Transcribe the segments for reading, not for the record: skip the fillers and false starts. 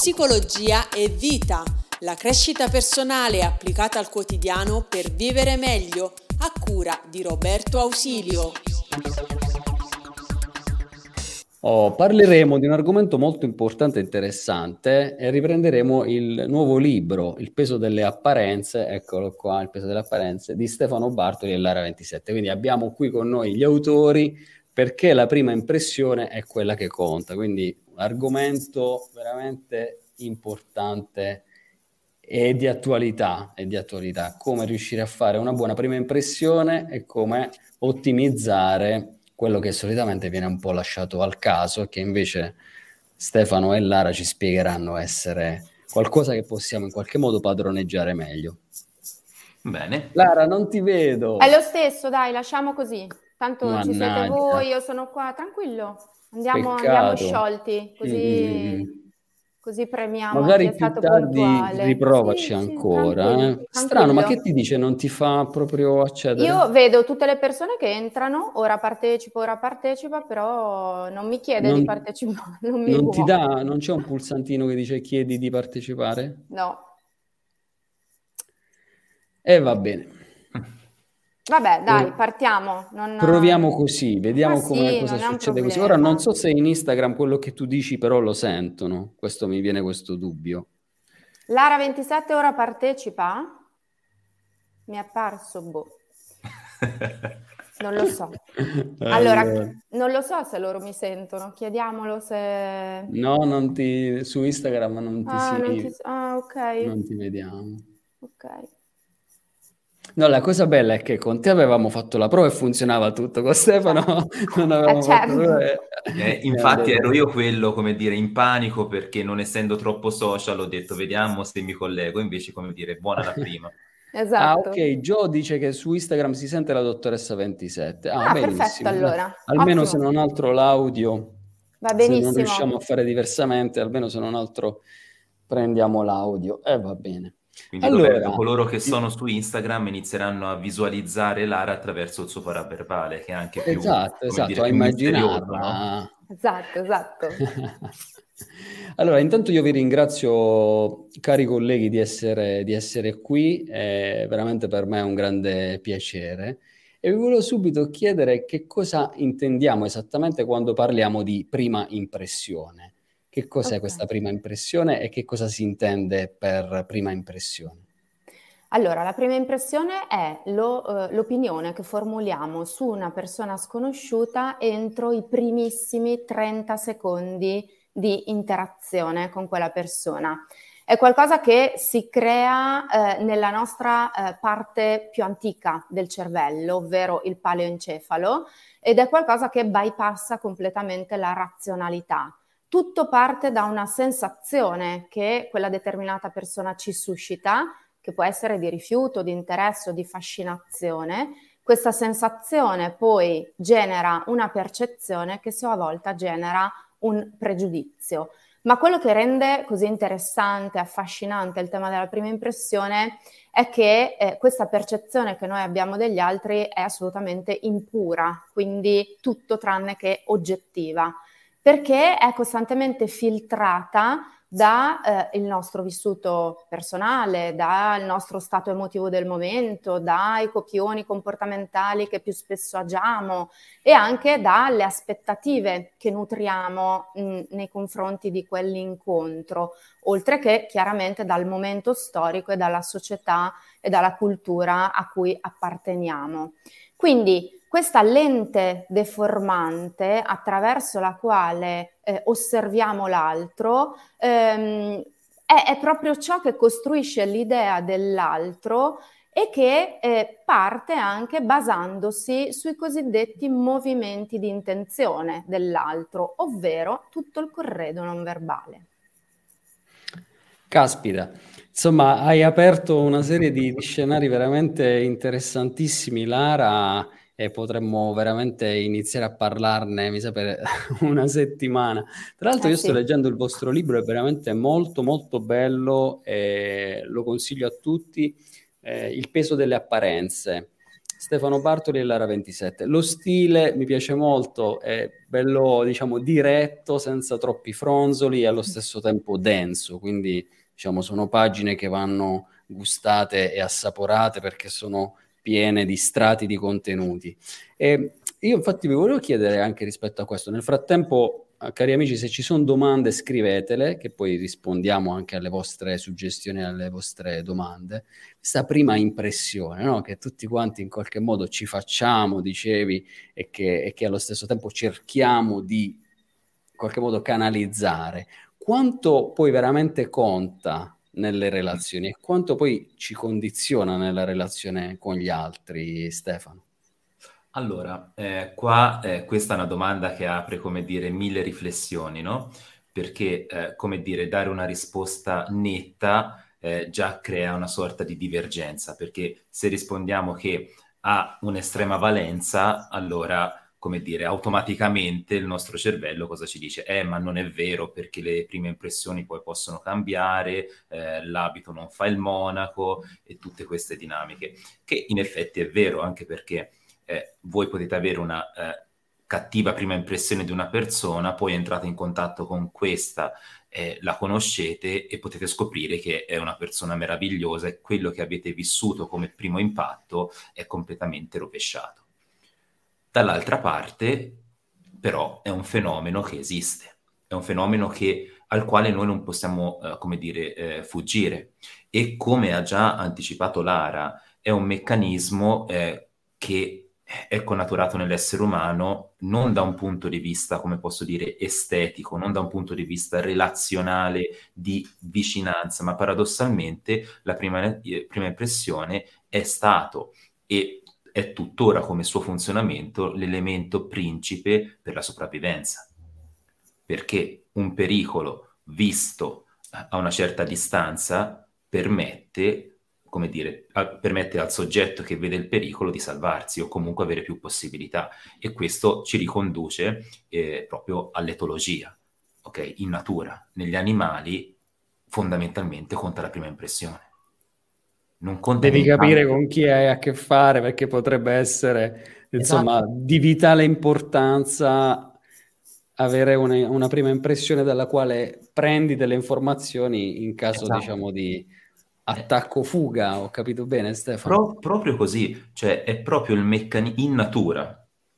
Psicologia e vita, la crescita personale applicata al quotidiano per vivere meglio, a cura di Roberto Ausilio. Parleremo di un argomento molto importante e interessante e riprenderemo il nuovo libro, Il peso delle apparenze, eccolo qua, Il peso delle apparenze, di Stefano Bartoli e Lara 27. Quindi abbiamo qui con noi gli autori, perché la prima impressione è quella che conta. Quindi un argomento veramente importante e di attualità, come riuscire a fare una buona prima impressione e come ottimizzare quello che solitamente viene un po' lasciato al caso e che invece Stefano e Lara ci spiegheranno essere qualcosa che possiamo in qualche modo padroneggiare meglio. Bene. Lara, non ti vedo. È lo stesso, dai, lasciamo così. Tanto Mannaggia. Ci siete voi, io sono qua, tranquillo. Andiamo sciolti, così premiamo magari chi è più stato tardi puntuale. riprovaci ancora. Strano, ma che ti dice? Non ti fa proprio accedere? Io vedo tutte le persone che entrano, ora partecipa, però non mi chiede di partecipare. Non c'è un pulsantino che dice chiedi di partecipare? No. E va bene. Vabbè, dai, partiamo. Proviamo così, vediamo cosa succede così. Ora non so se in Instagram quello che tu dici però lo sentono, mi viene questo dubbio. Lara 27 ora partecipa? Mi è apparso, non lo so. Allora, non lo so se loro mi sentono, chiediamolo se... No, su Instagram non ok. Non ti vediamo. Ok. No, la cosa bella è che con te avevamo fatto la prova e funzionava tutto, con Stefano non avevamo fatto la prova. Infatti ero io quello, in panico, perché non essendo troppo social ho detto vediamo se mi collego, invece buona la prima. Esatto. Ok, Joe dice che su Instagram si sente la dottoressa 27. Benissimo. Perfetto, allora. Almeno Ottimo. se non altro l'audio, va benissimo. Se non riusciamo a fare diversamente, almeno se non altro prendiamo l'audio e va bene. Quindi Roberto, coloro che sono su Instagram inizieranno a visualizzare Lara attraverso il suo paraverbale, che è anche più a immaginarla. No? Esatto. Allora, intanto io vi ringrazio, cari colleghi, di essere qui, veramente per me è un grande piacere. E vi volevo subito chiedere che cosa intendiamo esattamente quando parliamo di prima impressione. Che cos'è questa prima impressione e che cosa si intende per prima impressione? Allora, la prima impressione è l'opinione che formuliamo su una persona sconosciuta entro i primissimi 30 secondi di interazione con quella persona. È qualcosa che si crea nella nostra parte più antica del cervello, ovvero il paleoencefalo, ed è qualcosa che bypassa completamente la razionalità. Tutto parte da una sensazione che quella determinata persona ci suscita, che può essere di rifiuto, di interesse o di fascinazione. Questa sensazione poi genera una percezione che sua volta genera un pregiudizio. Ma quello che rende così interessante, affascinante il tema della prima impressione è che questa percezione che noi abbiamo degli altri è assolutamente impura, quindi tutto tranne che oggettiva, perché è costantemente filtrata da il nostro vissuto personale, dal nostro stato emotivo del momento, dai copioni comportamentali che più spesso agiamo e anche dalle aspettative che nutriamo nei confronti di quell'incontro, oltre che chiaramente dal momento storico e dalla società e dalla cultura a cui apparteniamo. Quindi questa lente deformante attraverso la quale osserviamo l'altro è proprio ciò che costruisce l'idea dell'altro e che parte anche basandosi sui cosiddetti movimenti di intenzione dell'altro, ovvero tutto il corredo non verbale. Caspita, insomma hai aperto una serie di scenari veramente interessantissimi, Lara, e potremmo veramente iniziare a parlarne, mi sa, per una settimana. Tra l'altro io sto leggendo il vostro libro, è veramente molto molto bello e lo consiglio a tutti, Il peso delle apparenze. Stefano Bartoli e Lara 27. Lo stile mi piace molto, è bello, diciamo, diretto, senza troppi fronzoli e allo stesso tempo denso, quindi diciamo sono pagine che vanno gustate e assaporate perché sono piene di strati di contenuti. E io infatti vi volevo chiedere anche rispetto a questo, nel frattempo, cari amici, se ci sono domande scrivetele, che poi rispondiamo anche alle vostre suggestioni e alle vostre domande. Questa prima impressione, no? Che tutti quanti in qualche modo ci facciamo, dicevi, e che allo stesso tempo cerchiamo di in qualche modo canalizzare, quanto poi veramente conta nelle relazioni e quanto poi ci condiziona nella relazione con gli altri, Stefano? Allora, qua questa è una domanda che apre, come dire, mille riflessioni, no? Perché, come dire, dare una risposta netta già crea una sorta di divergenza, perché se rispondiamo che ha un'estrema valenza, allora, come dire, automaticamente il nostro cervello cosa ci dice? Ma non è vero, perché le prime impressioni poi possono cambiare, l'abito non fa il monaco e tutte queste dinamiche, che in effetti è vero, anche perché voi potete avere una cattiva prima impressione di una persona, poi entrate in contatto con questa, la conoscete e potete scoprire che è una persona meravigliosa e quello che avete vissuto come primo impatto è completamente rovesciato. Dall'altra parte, però, è un fenomeno che esiste, è un fenomeno al quale noi non possiamo, come dire, fuggire. E come ha già anticipato Lara, è un meccanismo che è connaturato nell'essere umano non da un punto di vista, come posso dire, estetico, non da un punto di vista relazionale di vicinanza, ma paradossalmente la prima impressione è stato e è tuttora come suo funzionamento l'elemento principe per la sopravvivenza. Perché un pericolo visto a una certa distanza permette, come dire, permette al soggetto che vede il pericolo di salvarsi o comunque avere più possibilità, e questo ci riconduce proprio all'etologia, ok? In natura, negli animali fondamentalmente conta la prima impressione. Non conta Devi capire tanto. con chi hai a che fare, perché potrebbe essere, insomma, Esatto. di vitale importanza avere una prima impressione dalla quale prendi delle informazioni in caso, Esatto. diciamo, di attacco-fuga. Ho capito bene, Stefano? Proprio così, cioè è proprio il meccanismo in natura,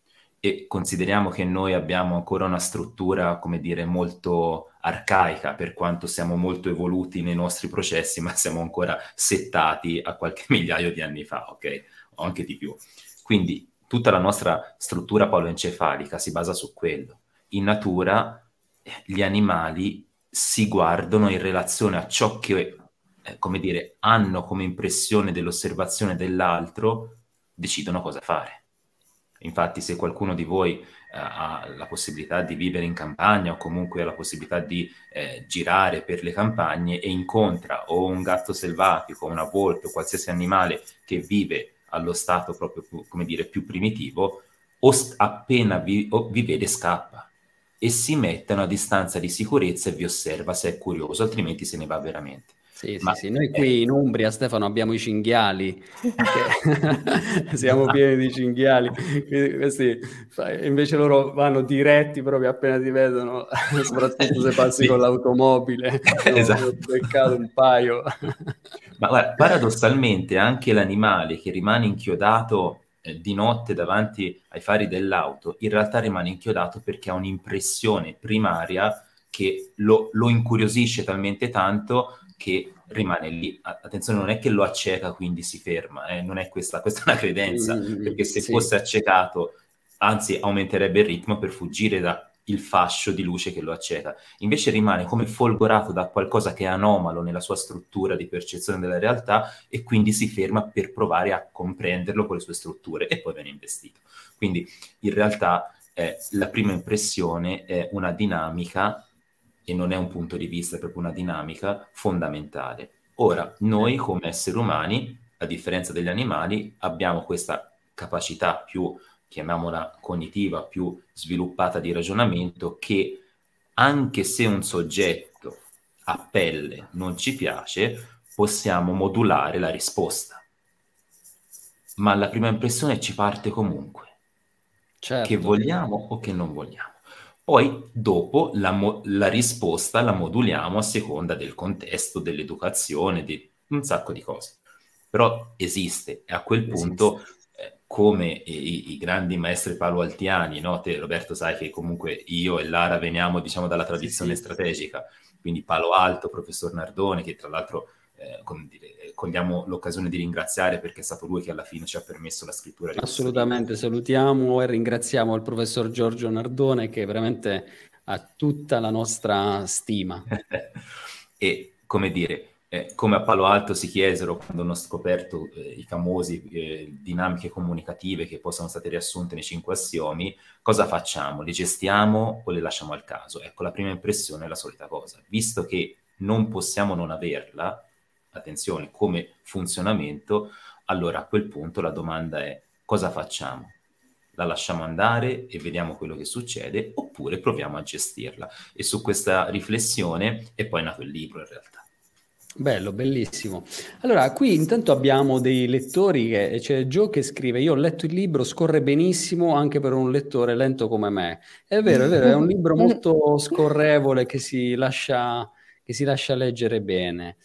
e consideriamo che noi abbiamo ancora una struttura, come dire, molto arcaica, per quanto siamo molto evoluti nei nostri processi, ma siamo ancora settati a qualche migliaio di anni fa, ok? O anche di più. Quindi tutta la nostra struttura paloencefalica si basa su quello. In natura gli animali si guardano in relazione a ciò che come dire, hanno come impressione dell'osservazione dell'altro, decidono cosa fare. Infatti, se qualcuno di voi ha la possibilità di vivere in campagna o comunque ha la possibilità di girare per le campagne e incontra o un gatto selvatico, una volpe o qualsiasi animale che vive allo stato proprio, come dire, più primitivo, appena vi vede scappa e si mette a una distanza di sicurezza e vi osserva se è curioso, altrimenti se ne va veramente. Sì, sì, sì. Noi qui in Umbria, Stefano, abbiamo i cinghiali, siamo pieni di cinghiali, questi, invece loro vanno diretti proprio appena ti vedono, soprattutto se passi sì, con l'automobile. Esatto. Ho beccato un paio. Ma guarda, paradossalmente anche l'animale che rimane inchiodato di notte davanti ai fari dell'auto, in realtà rimane inchiodato perché ha un'impressione primaria che lo incuriosisce talmente tanto che rimane lì. Attenzione, non è che lo acceca quindi si ferma, non è questa è una credenza, perché se sì. fosse accecato, anzi aumenterebbe il ritmo per fuggire da il fascio di luce che lo acceca. Invece rimane come folgorato da qualcosa che è anomalo nella sua struttura di percezione della realtà e quindi si ferma per provare a comprenderlo con le sue strutture e poi viene investito. Quindi in realtà la prima impressione è una dinamica e non è un punto di vista, è proprio una dinamica fondamentale. Ora, noi come esseri umani, a differenza degli animali, abbiamo questa capacità più, chiamiamola cognitiva, più sviluppata di ragionamento, che anche se un soggetto a pelle non ci piace, possiamo modulare la risposta. ma la prima impressione ci parte comunque, che Certo, vogliamo o che non vogliamo. Poi dopo la risposta la moduliamo a seconda del contesto, dell'educazione, di un sacco di cose. Però esiste, e a quel esiste. punto, come i grandi maestri paloaltiani, no? Te, Roberto, sai che comunque io e Lara veniamo, diciamo, dalla Sì, tradizione sì. strategica, quindi Palo Alto, professor Nardone, che tra l'altro cogliamo l'occasione di ringraziare perché è stato lui che alla fine ci ha permesso la scrittura di questo libro. Assolutamente, salutiamo e ringraziamo il professor Giorgio Nardone che veramente ha tutta la nostra stima. E come dire, come a Palo Alto si chiesero quando hanno scoperto i famosi dinamiche comunicative che poi sono state riassunte nei 5 assiomi, cosa facciamo? Le gestiamo o le lasciamo al caso? Ecco, la prima impressione è la solita cosa. Visto che non possiamo non averla, attenzione, come funzionamento, allora a quel punto la domanda è: cosa facciamo? La lasciamo andare e vediamo quello che succede, oppure proviamo a gestirla? E su questa riflessione è poi nato il libro, in realtà. Bello, bellissimo. Allora, qui intanto abbiamo dei lettori, c'è Joe che scrive: io ho letto il libro, scorre benissimo anche per un lettore lento come me. È vero, è un libro molto scorrevole che si lascia leggere bene.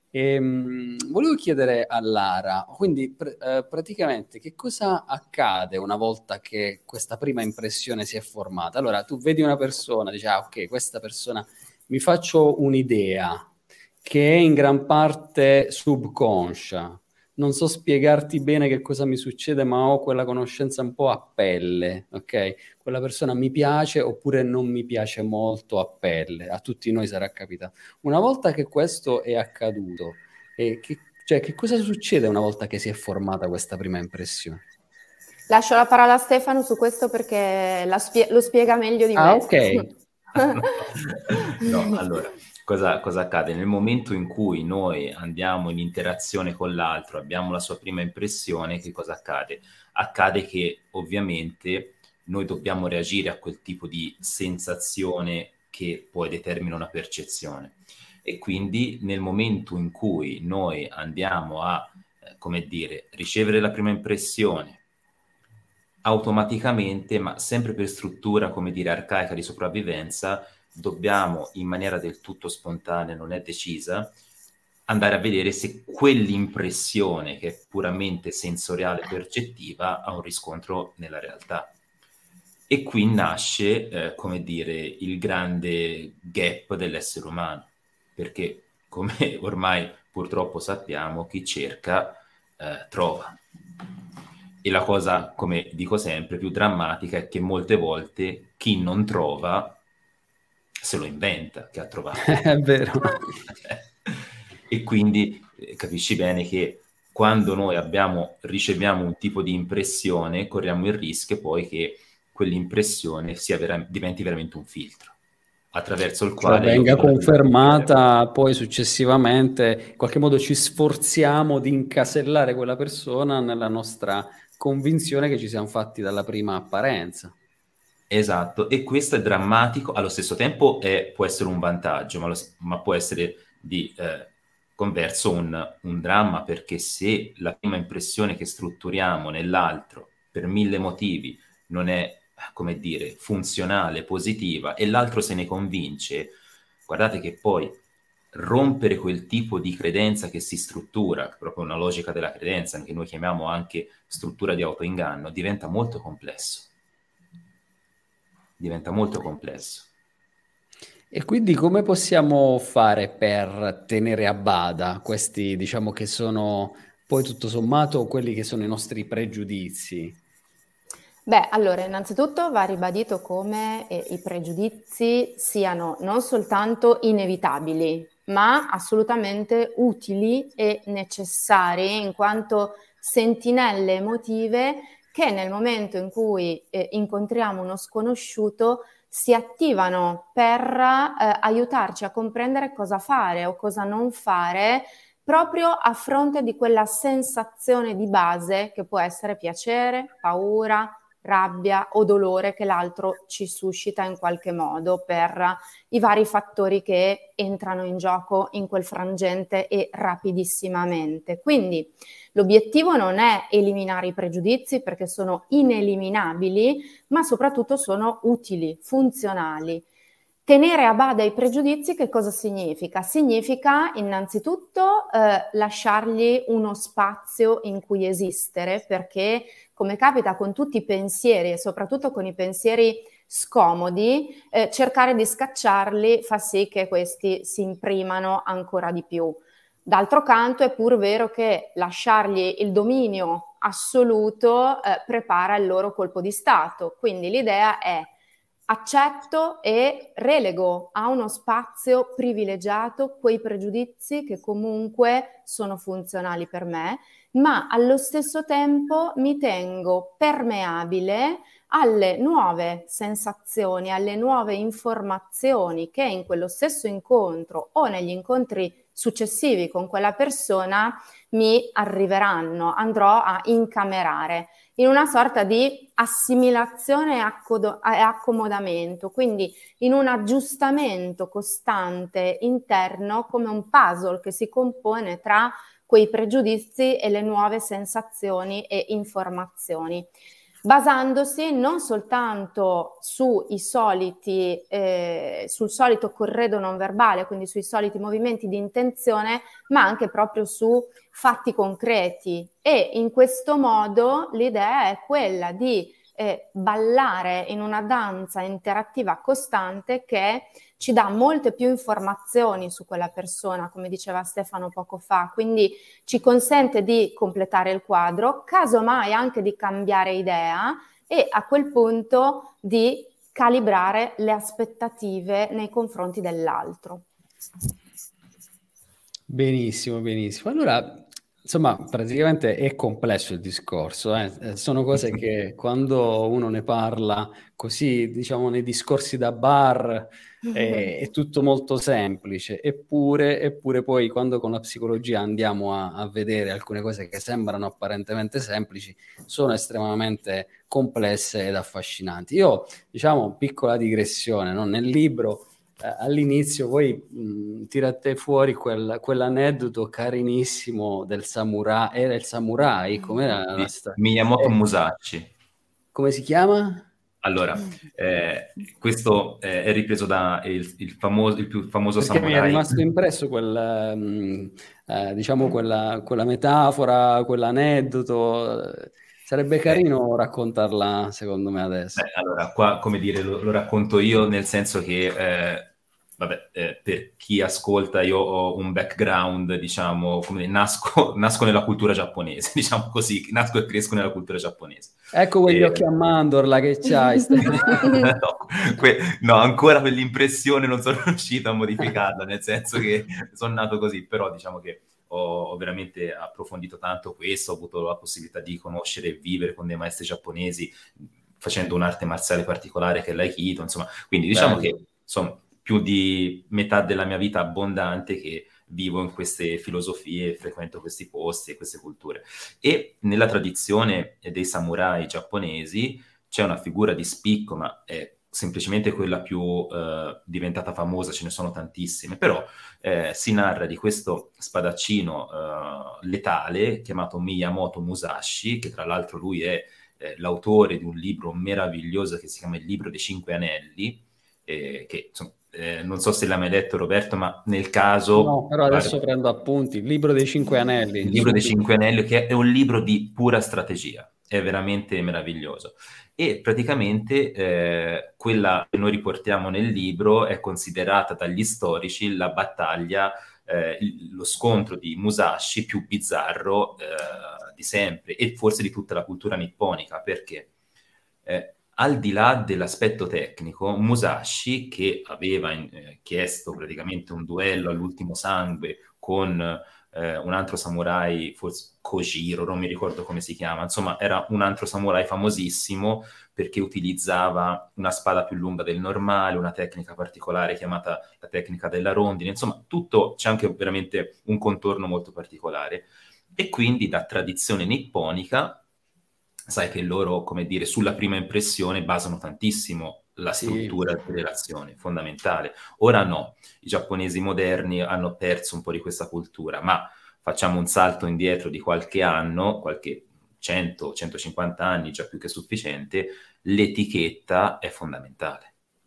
Volevo chiedere a Lara, quindi praticamente che cosa accade una volta che questa prima impressione si è formata? Allora, tu vedi una persona, dici, ah, ok, questa persona, mi faccio un'idea che è in gran parte subconscia. Non so spiegarti bene che cosa mi succede, ma ho quella conoscenza un po' a pelle, ok? Quella persona mi piace oppure non mi piace molto a pelle. A tutti noi sarà capitato. Una volta che questo è accaduto, cioè, che cosa succede una volta che si è formata questa prima impressione? Lascio la parola a Stefano su questo perché lo spiega meglio di Ah, me. ok. No, allora, cosa accade? Nel momento in cui noi andiamo in interazione con l'altro, abbiamo la sua prima impressione, che cosa accade? Accade che ovviamente noi dobbiamo reagire a quel tipo di sensazione che poi determina una percezione. E quindi nel momento in cui noi andiamo a, come dire, ricevere la prima impressione, automaticamente, ma sempre per struttura, come dire, arcaica di sopravvivenza, dobbiamo, in maniera del tutto spontanea, non è decisa, andare a vedere se quell'impressione, che è puramente sensoriale percettiva, ha un riscontro nella realtà. E qui nasce, come dire, il grande gap dell'essere umano, perché, come ormai purtroppo sappiamo, chi cerca trova. E la cosa, come dico sempre, più drammatica è che molte volte chi non trova se lo inventa che ha trovato. È vero. E quindi capisci bene che quando noi riceviamo un tipo di impressione, corriamo il rischio poi che quell'impressione diventi veramente un filtro, attraverso il Cioè quale io venga vedo la realtà. confermata, poi successivamente in qualche modo ci sforziamo di incasellare quella persona nella nostra convinzione che ci siamo fatti dalla prima apparenza. Esatto, e questo è drammatico, allo stesso tempo può essere un vantaggio, ma può essere di converso un dramma, perché se la prima impressione che strutturiamo nell'altro per 1000 motivi non è, come dire, funzionale, positiva, e l'altro se ne convince, guardate che poi rompere quel tipo di credenza che si struttura, proprio una logica della credenza, che noi chiamiamo anche struttura di autoinganno, diventa molto complesso. Diventa molto complesso. E quindi come possiamo fare per tenere a bada questi, diciamo, che sono poi tutto sommato quelli che sono i nostri pregiudizi? Beh, allora, innanzitutto va ribadito come i pregiudizi siano non soltanto inevitabili, ma assolutamente utili e necessari in quanto sentinelle emotive che nel momento in cui incontriamo uno sconosciuto si attivano per aiutarci a comprendere cosa fare o cosa non fare proprio a fronte di quella sensazione di base che può essere piacere, paura, rabbia o dolore che l'altro ci suscita in qualche modo per i vari fattori che entrano in gioco in quel frangente e rapidissimamente. Quindi l'obiettivo non è eliminare i pregiudizi perché sono ineliminabili, ma soprattutto sono utili, funzionali. Tenere a bada i pregiudizi che cosa significa? Significa innanzitutto lasciargli uno spazio in cui esistere, perché come capita con tutti i pensieri e soprattutto con i pensieri scomodi, cercare di scacciarli fa sì che questi si imprimano ancora di più. D'altro canto è pur vero che lasciargli il dominio assoluto prepara il loro colpo di stato, quindi l'idea è: accetto e relego a uno spazio privilegiato quei pregiudizi che comunque sono funzionali per me, ma allo stesso tempo mi tengo permeabile alle nuove sensazioni, alle nuove informazioni che in quello stesso incontro o negli incontri successivi con quella persona mi arriveranno, andrò a incamerare in una sorta di assimilazione e accomodamento, quindi in un aggiustamento costante interno come un puzzle che si compone tra quei pregiudizi e le nuove sensazioni e informazioni, basandosi non soltanto sul solito corredo non verbale, quindi sui soliti movimenti di intenzione, ma anche proprio su fatti concreti. E in questo modo l'idea è quella di ballare in una danza interattiva costante che ci dà molte più informazioni su quella persona, come diceva Stefano poco fa, quindi ci consente di completare il quadro, casomai anche di cambiare idea e a quel punto di calibrare le aspettative nei confronti dell'altro. Benissimo, benissimo. Allora, insomma, praticamente è complesso il discorso, sono cose che quando uno ne parla così, diciamo, nei discorsi da bar è tutto molto semplice, eppure poi quando con la psicologia andiamo a vedere alcune cose che sembrano apparentemente semplici, sono estremamente complesse ed affascinanti. Io, diciamo, piccola digressione, no? Nel libro all'inizio voi tirate fuori quell'aneddoto carinissimo del samurai. Era il samurai? Com'era la storia? Miyamoto Musashi. Come si chiama? Allora, questo è ripreso da il più famoso Perché samurai. mi è rimasto impresso diciamo quella metafora, quell'aneddoto. Sarebbe carino raccontarla, secondo me, adesso. Allora, qua, come dire, lo racconto io, nel senso che per chi ascolta, io ho un background, diciamo, come nasco nella cultura giapponese, diciamo così, nasco e cresco nella cultura giapponese. Ecco quegli occhi a mandorla che c'hai. No, ancora quell'impressione non sono riuscito a modificarla, nel senso che sono nato così, però diciamo che ho veramente approfondito tanto questo, ho avuto la possibilità di conoscere e vivere con dei maestri giapponesi, facendo un'arte marziale particolare che è l'Aikido, insomma, quindi diciamo che sono più di metà della mia vita abbondante che vivo in queste filosofie, frequento questi posti e queste culture. E nella tradizione dei samurai giapponesi c'è una figura di spicco, ma è semplicemente quella più diventata famosa, ce ne sono tantissime, però si narra di questo spadaccino letale chiamato Miyamoto Musashi, che tra l'altro lui è l'autore di un libro meraviglioso che si chiama Il libro dei cinque anelli, che insomma, non so se l'hai mai letto, Roberto, ma nel caso... No, però adesso prendo appunti. Il libro dei cinque anelli. Il libro dei cinque anelli, che è un libro di pura strategia, è veramente meraviglioso. E praticamente quella che noi riportiamo nel libro è considerata dagli storici la battaglia, lo scontro di Musashi più bizzarro di sempre, e forse di tutta la cultura nipponica, perché al di là dell'aspetto tecnico, Musashi, che aveva chiesto praticamente un duello all'ultimo sangue con un altro samurai, forse Kojiro, non mi ricordo come si chiama, insomma era un altro samurai famosissimo perché utilizzava una spada più lunga del normale, una tecnica particolare chiamata la tecnica della rondine, insomma tutto, c'è anche veramente un contorno molto particolare. E quindi da tradizione nipponica sai che loro, come dire, sulla prima impressione basano tantissimo la struttura delle relazioni, fondamentale. Ora no, i giapponesi moderni hanno perso un po' di questa cultura, ma facciamo un salto indietro di qualche anno, qualche 100-150 anni, già più che sufficiente, l'etichetta è fondamentale.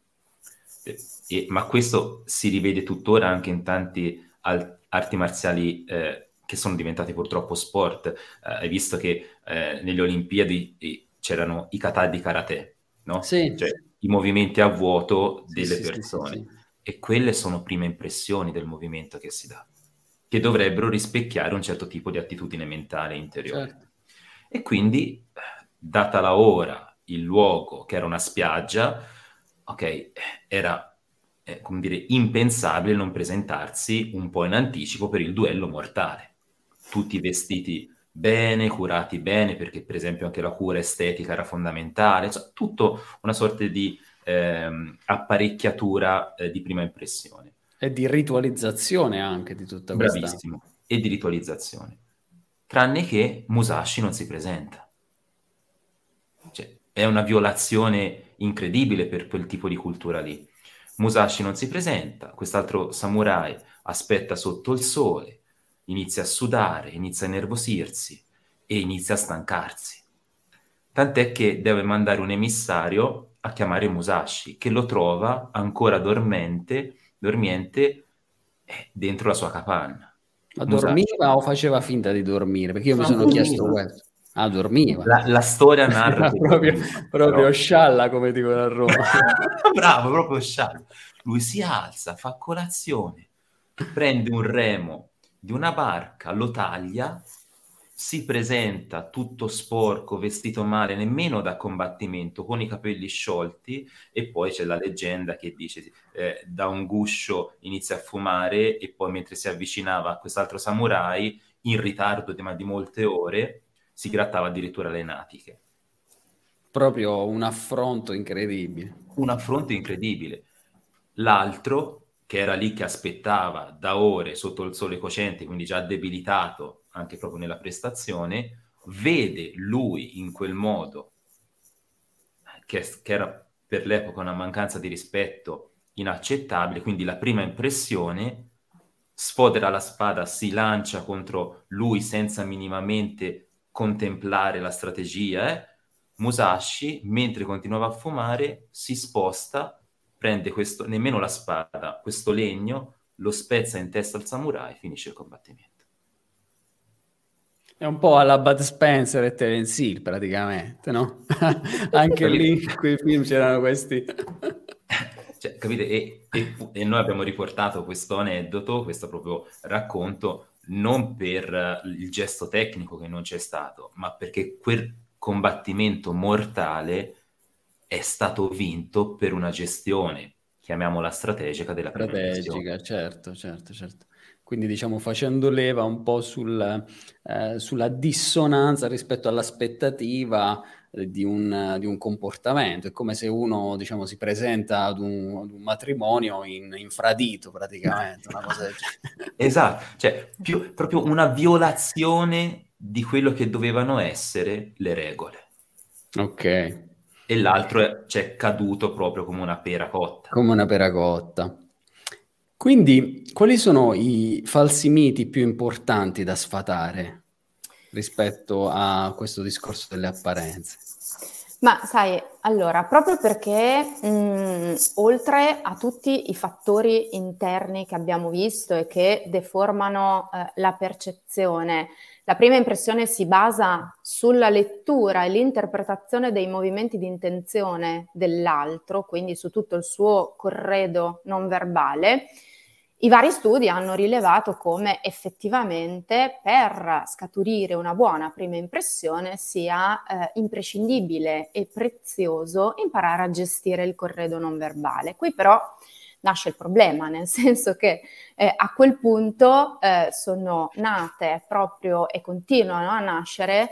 Ma questo si rivede tuttora anche in tanti arti marziali che sono diventati purtroppo sport. Hai visto che nelle Olimpiadi c'erano i kata di karate, no? Sì. Cioè i movimenti a vuoto delle Sì, persone. sì. E quelle sono prime impressioni del movimento che si dà, che dovrebbero rispecchiare un certo tipo di attitudine mentale interiore. Certo. E quindi, data la ora, il luogo, che era una spiaggia, ok, era come dire, impensabile non presentarsi un po' in anticipo per il duello mortale. Tutti vestiti bene, curati bene, perché per esempio anche la cura estetica era fondamentale, cioè, tutto una sorta di apparecchiatura di prima impressione. E di ritualizzazione anche di tutta questa... Bravissimo, e di ritualizzazione. Tranne che Musashi non si presenta. Cioè, è una violazione incredibile per quel tipo di cultura lì. Musashi non si presenta, quest'altro samurai aspetta sotto il sole, inizia a sudare, inizia a nervosirsi e inizia a stancarsi. Tant'è che deve mandare un emissario a chiamare Musashi, che lo trova ancora dormiente dentro la sua capanna. Ma Musashi. dormiva o faceva finta di dormire? Perché io mi sono chiesto questo. Ah, dormiva. La storia narra che proprio scialla, come dicono a Roma. Bravo, proprio scialla. Lui si alza, fa colazione, prende un remo di una barca, lo taglia, si presenta tutto sporco, vestito male, nemmeno da combattimento, con i capelli sciolti, e poi c'è la leggenda che dice da un guscio inizia a fumare, e poi mentre si avvicinava a quest'altro samurai, in ritardo di molte ore, si grattava addirittura le natiche. Proprio un affronto incredibile. Un affronto incredibile. L'altro, che era lì che aspettava da ore sotto il sole cocente, quindi già debilitato anche proprio nella prestazione, vede lui in quel modo, che era per l'epoca una mancanza di rispetto inaccettabile, quindi la prima impressione, sfodera la spada, si lancia contro lui senza minimamente contemplare la strategia. Musashi, mentre continuava a fumare, si sposta, prende questo, nemmeno la spada, questo legno, lo spezza in testa al samurai e finisce il combattimento. È un po' alla Bud Spencer e Terence Hill, praticamente, no? Anche lì in quei film c'erano questi... Cioè, capite? E noi abbiamo riportato questo aneddoto, questo proprio racconto, non per il gesto tecnico che non c'è stato, ma perché quel combattimento mortale è stato vinto per una gestione, chiamiamola strategica, della prima impressione. Certo. Quindi diciamo facendo leva un po' sulla dissonanza rispetto all'aspettativa di un comportamento. È come se uno, diciamo, si presenta ad un matrimonio infradito praticamente, una cosa del genere. Esatto, cioè proprio una violazione di quello che dovevano essere le regole. Ok. E l'altro c'è caduto proprio come una pera cotta. Come una pera cotta. Quindi, quali sono i falsi miti più importanti da sfatare rispetto a questo discorso delle apparenze? Ma sai, allora, proprio perché oltre a tutti i fattori interni che abbiamo visto e che deformano la percezione, la prima impressione si basa sulla lettura e l'interpretazione dei movimenti di intenzione dell'altro, quindi su tutto il suo corredo non verbale. I vari studi hanno rilevato come effettivamente per scaturire una buona prima impressione sia imprescindibile e prezioso imparare a gestire il corredo non verbale. Qui però nasce il problema, nel senso che a quel punto sono nate proprio e continuano a nascere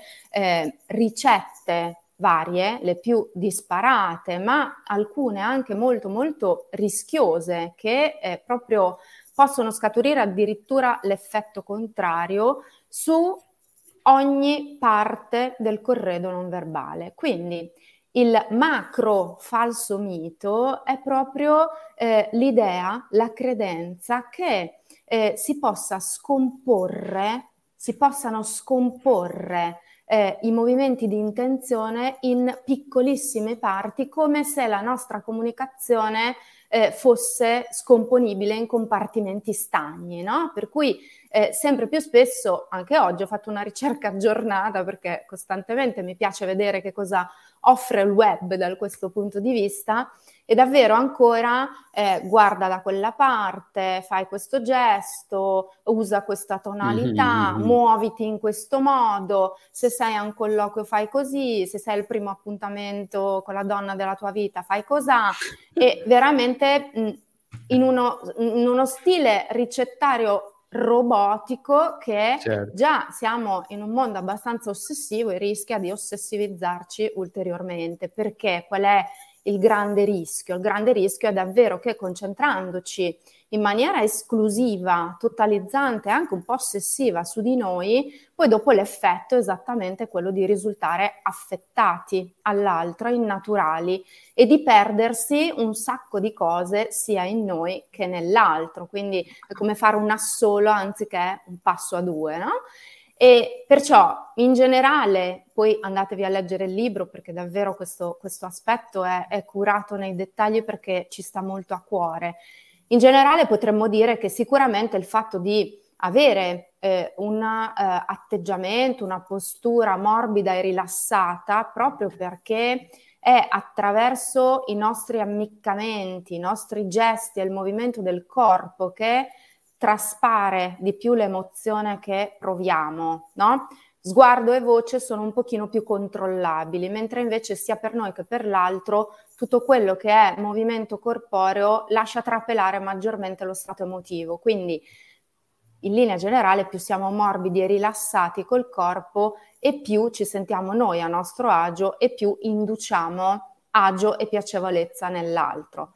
ricette varie, le più disparate, ma alcune anche molto molto rischiose, che proprio possono scaturire addirittura l'effetto contrario su ogni parte del corredo non verbale. Quindi il macro falso mito è proprio l'idea, la credenza che si possano scomporre i movimenti di intenzione in piccolissime parti, come se la nostra comunicazione fosse scomponibile in compartimenti stagni, no? Per cui sempre più spesso, anche oggi ho fatto una ricerca aggiornata perché costantemente mi piace vedere che cosa offre il web da questo punto di vista, e davvero ancora guarda da quella parte, fai questo gesto, usa questa tonalità, muoviti in questo modo, se sei a un colloquio fai così, se sei al primo appuntamento con la donna della tua vita fai cosà, e veramente in uno stile ricettario robotico che già siamo in un mondo abbastanza ossessivo e rischia di ossessivizzarci ulteriormente. Perché qual è il grande rischio? Il grande rischio è davvero che concentrandoci in maniera esclusiva, totalizzante, anche un po' ossessiva su di noi, poi dopo l'effetto è esattamente quello di risultare affettati all'altro, innaturali, e di perdersi un sacco di cose sia in noi che nell'altro. Quindi è come fare un assolo anziché un passo a due, no? E perciò in generale, poi andatevi a leggere il libro perché davvero questo aspetto è curato nei dettagli perché ci sta molto a cuore. In generale potremmo dire che sicuramente il fatto di avere un atteggiamento, una postura morbida e rilassata, proprio perché è attraverso i nostri ammiccamenti, i nostri gesti e il movimento del corpo che traspare di più l'emozione che proviamo, no? Sguardo e voce sono un pochino più controllabili, mentre invece sia per noi che per l'altro tutto quello che è movimento corporeo lascia trapelare maggiormente lo stato emotivo. Quindi in linea generale più siamo morbidi e rilassati col corpo e più ci sentiamo noi a nostro agio e più induciamo agio e piacevolezza nell'altro.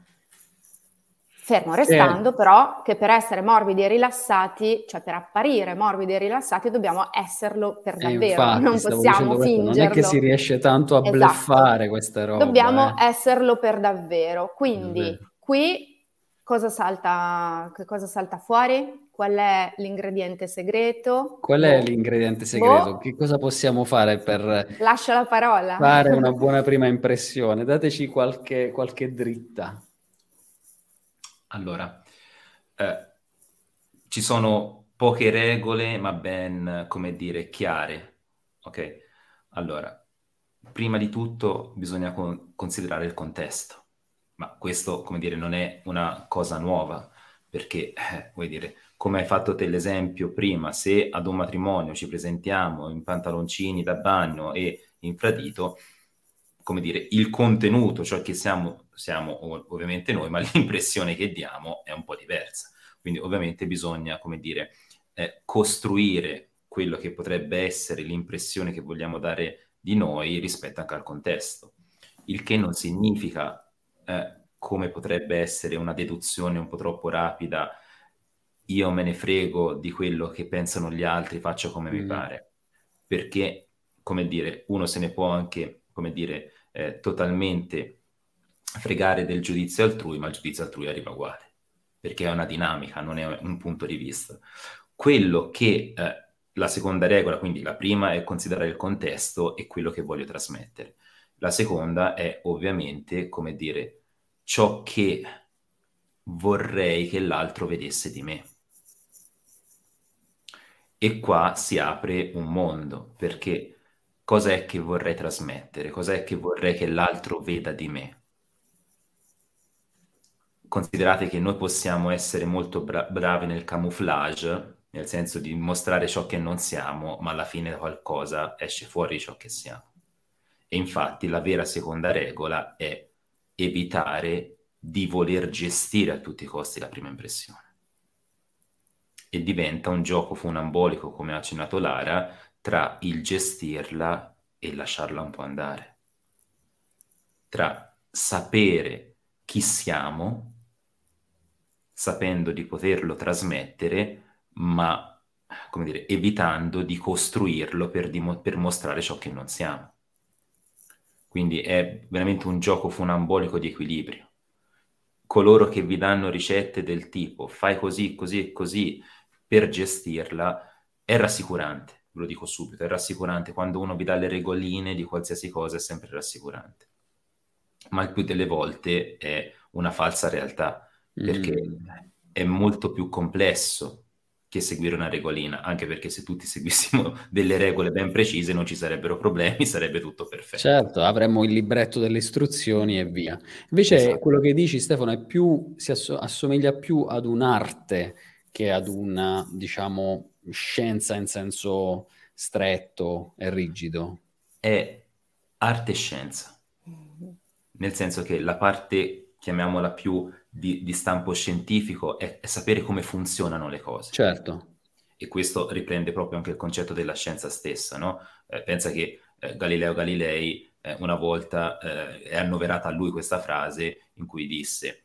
Fermo restando però che per essere morbidi e rilassati, cioè per apparire morbidi e rilassati, dobbiamo esserlo per davvero, infatti, non possiamo fingerlo. Non è che si riesce tanto a bluffare questa roba. Dobbiamo esserlo per davvero. Quindi qui cosa salta fuori? Qual è l'ingrediente segreto? Qual è l'ingrediente segreto? Che cosa possiamo fare per lascia la parola. Fare una buona prima impressione? Dateci qualche dritta. Allora, ci sono poche regole, ma ben, come dire, chiare. Ok? Allora, prima di tutto bisogna considerare il contesto. Ma questo, come dire, non è una cosa nuova, perché, vuoi dire, come hai fatto te l'esempio prima, se ad un matrimonio ci presentiamo in pantaloncini da bagno e infradito, come dire, il contenuto, ciò che siamo ovviamente noi, ma l'impressione che diamo è un po' diversa. Quindi ovviamente bisogna, come dire, costruire quello che potrebbe essere l'impressione che vogliamo dare di noi rispetto anche al contesto. Il che non significa, come potrebbe essere una deduzione un po' troppo rapida, io me ne frego di quello che pensano gli altri, faccio come mi pare. Perché, come dire, uno se ne può anche, come dire, totalmente fregare del giudizio altrui, ma il giudizio altrui arriva uguale, perché è una dinamica, non è un punto di vista. Quello che la seconda regola, quindi la prima è considerare il contesto e quello che voglio trasmettere. La seconda è ovviamente, come dire, ciò che vorrei che l'altro vedesse di me. E qua si apre un mondo, perché cosa è che vorrei trasmettere? Cos'è che vorrei che l'altro veda di me? Considerate che noi possiamo essere molto bravi nel camouflage, nel senso di mostrare ciò che non siamo, ma alla fine qualcosa esce fuori ciò che siamo. E infatti la vera seconda regola è evitare di voler gestire a tutti i costi la prima impressione. E diventa un gioco funambolico, come ha accennato Lara, tra il gestirla e lasciarla un po' andare. Tra sapere chi siamo, sapendo di poterlo trasmettere, ma come dire, evitando di costruirlo per mostrare ciò che non siamo. Quindi è veramente un gioco funambolico di equilibrio. Coloro che vi danno ricette del tipo fai così, così e così per gestirla, è rassicurante, ve lo dico subito, è rassicurante. Quando uno vi dà le regoline di qualsiasi cosa è sempre rassicurante. Ma il più delle volte è una falsa realtà, perché è molto più complesso che seguire una regolina, anche perché se tutti seguissimo delle regole ben precise non ci sarebbero problemi, sarebbe tutto perfetto. Certo, avremmo il libretto delle istruzioni e via. Invece Esatto. quello che dici, Stefano, è più, assomiglia più ad un'arte che ad una, diciamo, scienza in senso stretto e rigido. È arte e scienza, nel senso che la parte, chiamiamola più di stampo scientifico, è sapere come funzionano le cose. Certo. E questo riprende proprio anche il concetto della scienza stessa, no? Pensa che Galileo Galilei una volta è annoverata a lui questa frase in cui disse: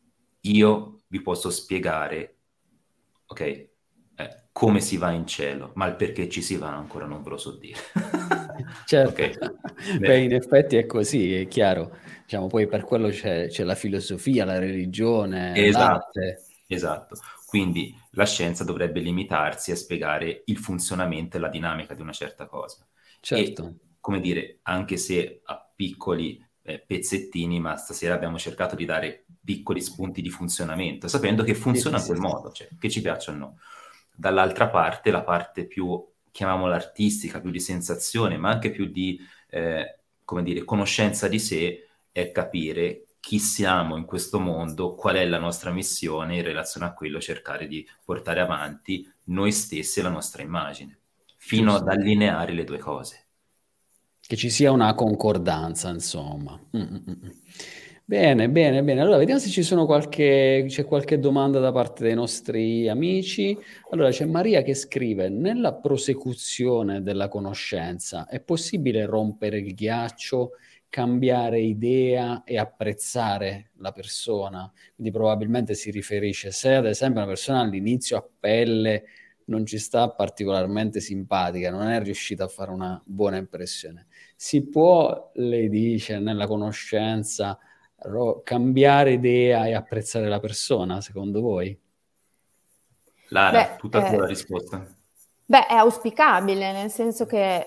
io vi posso spiegare, ok, come si va in cielo, ma il perché ci si va ancora non ve lo so dire. Certo. Okay. Beh, in effetti è così, è chiaro. Diciamo, poi per quello c'è la filosofia, la religione, l'arte. Esatto. Quindi la scienza dovrebbe limitarsi a spiegare il funzionamento e la dinamica di una certa cosa. Certo. E, come dire, anche se a piccoli pezzettini, ma stasera abbiamo cercato di dare piccoli spunti di funzionamento, sapendo che funziona in quel modo, cioè, che ci piaccia o no. Dall'altra parte, la parte più, chiamiamola artistica, più di sensazione, ma anche più di, come dire, conoscenza di sé, è capire chi siamo in questo mondo, qual è la nostra missione, in relazione a quello cercare di portare avanti noi stessi e la nostra immagine, fino ad allineare le due cose. Che ci sia una concordanza, insomma. Bene, bene, bene. Allora, vediamo se c'è qualche domanda da parte dei nostri amici. Allora, c'è Maria che scrive: nella prosecuzione della conoscenza è possibile rompere il ghiaccio, cambiare idea e apprezzare la persona? Quindi probabilmente si riferisce se ad esempio una persona all'inizio a pelle non ci sta particolarmente simpatica, non è riuscita a fare una buona impressione. Si può, lei dice, nella conoscenza cambiare idea e apprezzare la persona, secondo voi? Lara, tutta tua la risposta. Beh, è auspicabile, nel senso che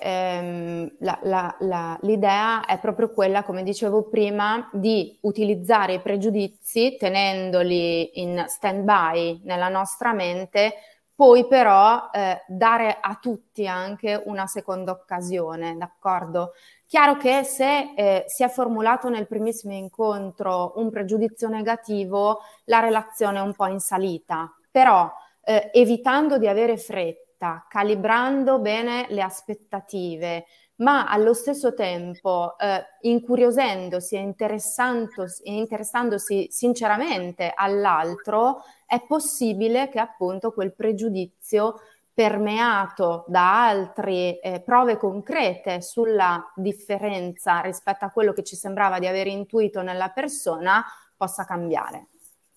l'idea è proprio quella, come dicevo prima, di utilizzare i pregiudizi tenendoli in stand-by nella nostra mente, poi però dare a tutti anche una seconda occasione, d'accordo? Chiaro che se si è formulato nel primissimo incontro un pregiudizio negativo, la relazione è un po' in salita, però evitando di avere fretta, calibrando bene le aspettative, ma allo stesso tempo incuriosendosi e interessandosi sinceramente all'altro, è possibile che appunto quel pregiudizio permeato da altre prove concrete sulla differenza rispetto a quello che ci sembrava di aver intuito nella persona possa cambiare.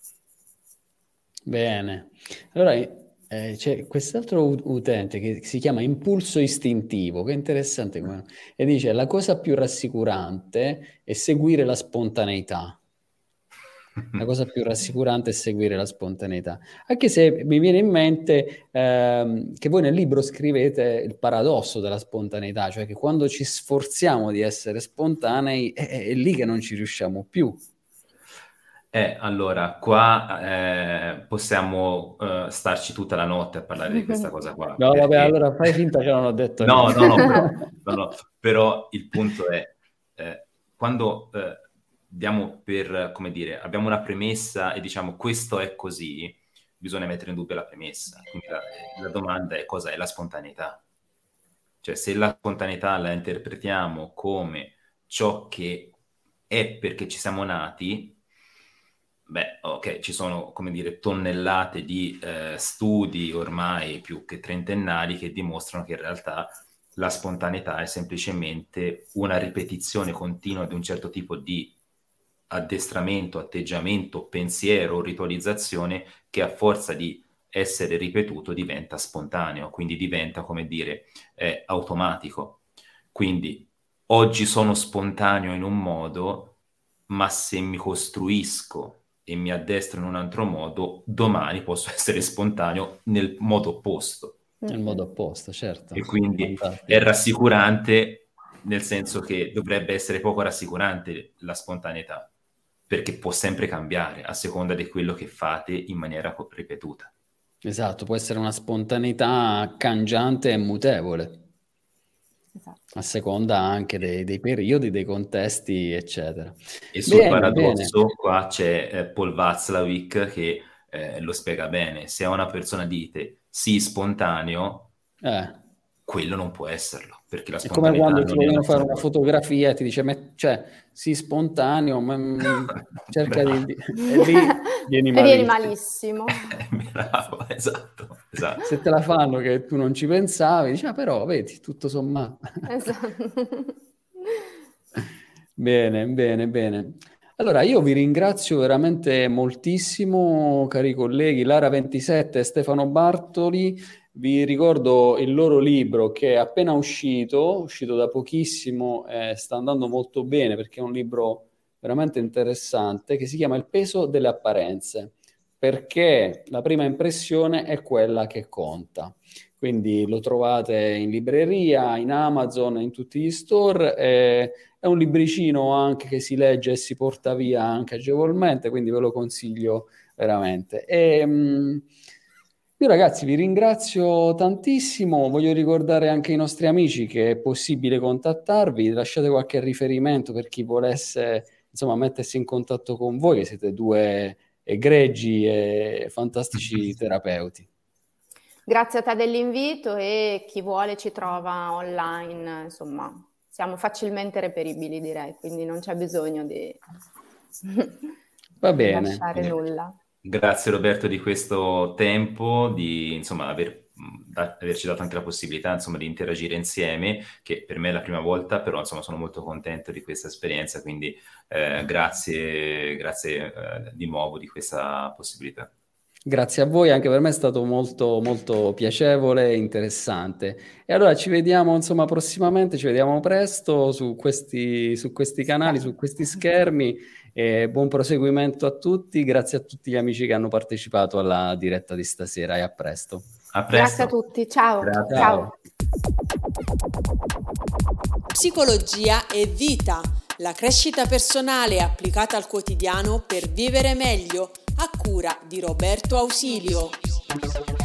Bene, allora c'è quest'altro utente che si chiama Impulso Istintivo, che è interessante, e dice: la cosa più rassicurante è seguire la spontaneità. La cosa più rassicurante è seguire la spontaneità. Anche se mi viene in mente che voi nel libro scrivete il paradosso della spontaneità, cioè che quando ci sforziamo di essere spontanei è lì che non ci riusciamo più. Allora, qua possiamo starci tutta la notte a parlare di questa cosa qua. No, perché... vabbè, allora fai finta che non ho detto niente. No, però il punto è, quando diamo per, come dire, abbiamo una premessa e diciamo questo è così, bisogna mettere in dubbio la premessa. Quindi la domanda è: cosa è la spontaneità? Cioè, se la spontaneità la interpretiamo come ciò che è perché ci siamo nati, beh, ok, ci sono, come dire, tonnellate di studi ormai più che trentennali che dimostrano che in realtà la spontaneità è semplicemente una ripetizione continua di un certo tipo di addestramento, atteggiamento, pensiero, ritualizzazione che a forza di essere ripetuto diventa spontaneo, quindi diventa, come dire, automatico. Quindi oggi sono spontaneo in un modo, ma se mi costruisco e mi addestro in un altro modo, domani posso essere spontaneo nel modo opposto. Nel modo opposto, certo. E quindi Fantastico. è rassicurante, nel senso che dovrebbe essere poco rassicurante la spontaneità, perché può sempre cambiare a seconda di quello che fate in maniera ripetuta. Esatto, può essere una spontaneità cangiante e mutevole, Esatto. a seconda anche dei periodi, dei contesti, eccetera. E sul Bene, paradosso bene. qua c'è Paul Václavic che lo spiega bene. Se a una persona dite sì, spontaneo, quello non può esserlo, perché la È come spontaneità quando ti non è vogliono fare una una fotografia e ti dice, cioè, sì, spontaneo, ma cerca Bravo. e lì vieni Vieni malissimo. malissimo. Bravo, esatto. Se te la fanno che tu non ci pensavi, dici, però, vedi, tutto sommato. Esatto. Bene. Allora, io vi ringrazio veramente moltissimo, cari colleghi, Lara27 e Stefano Bartoli. Vi ricordo il loro libro che è appena uscito da pochissimo, sta andando molto bene perché è un libro veramente interessante, che si chiama Il peso delle apparenze, perché la prima impressione è quella che conta. Quindi lo trovate in libreria, in Amazon, in tutti gli store. È un libricino anche che si legge e si porta via anche agevolmente, quindi ve lo consiglio veramente. Io ragazzi vi ringrazio tantissimo, voglio ricordare anche ai nostri amici che è possibile contattarvi, lasciate qualche riferimento per chi volesse insomma mettersi in contatto con voi, che siete due egregi e fantastici terapeuti. Grazie a te dell'invito e chi vuole ci trova online, insomma, siamo facilmente reperibili direi, quindi non c'è bisogno di Va bene. lasciare nulla. Grazie Roberto di questo tempo, di insomma averci dato anche la possibilità insomma di interagire insieme, che per me è la prima volta, però insomma sono molto contento di questa esperienza, quindi grazie di nuovo di questa possibilità. Grazie a voi, anche per me è stato molto molto piacevole e interessante. E allora ci vediamo insomma prossimamente, ci vediamo presto su questi canali, su questi schermi. E buon proseguimento a tutti, grazie a tutti gli amici che hanno partecipato alla diretta di stasera e a presto. A presto. Grazie a tutti, ciao. Grazie. Ciao. Psicologia e vita, la crescita personale applicata al quotidiano per vivere meglio, a cura di Roberto Ausilio.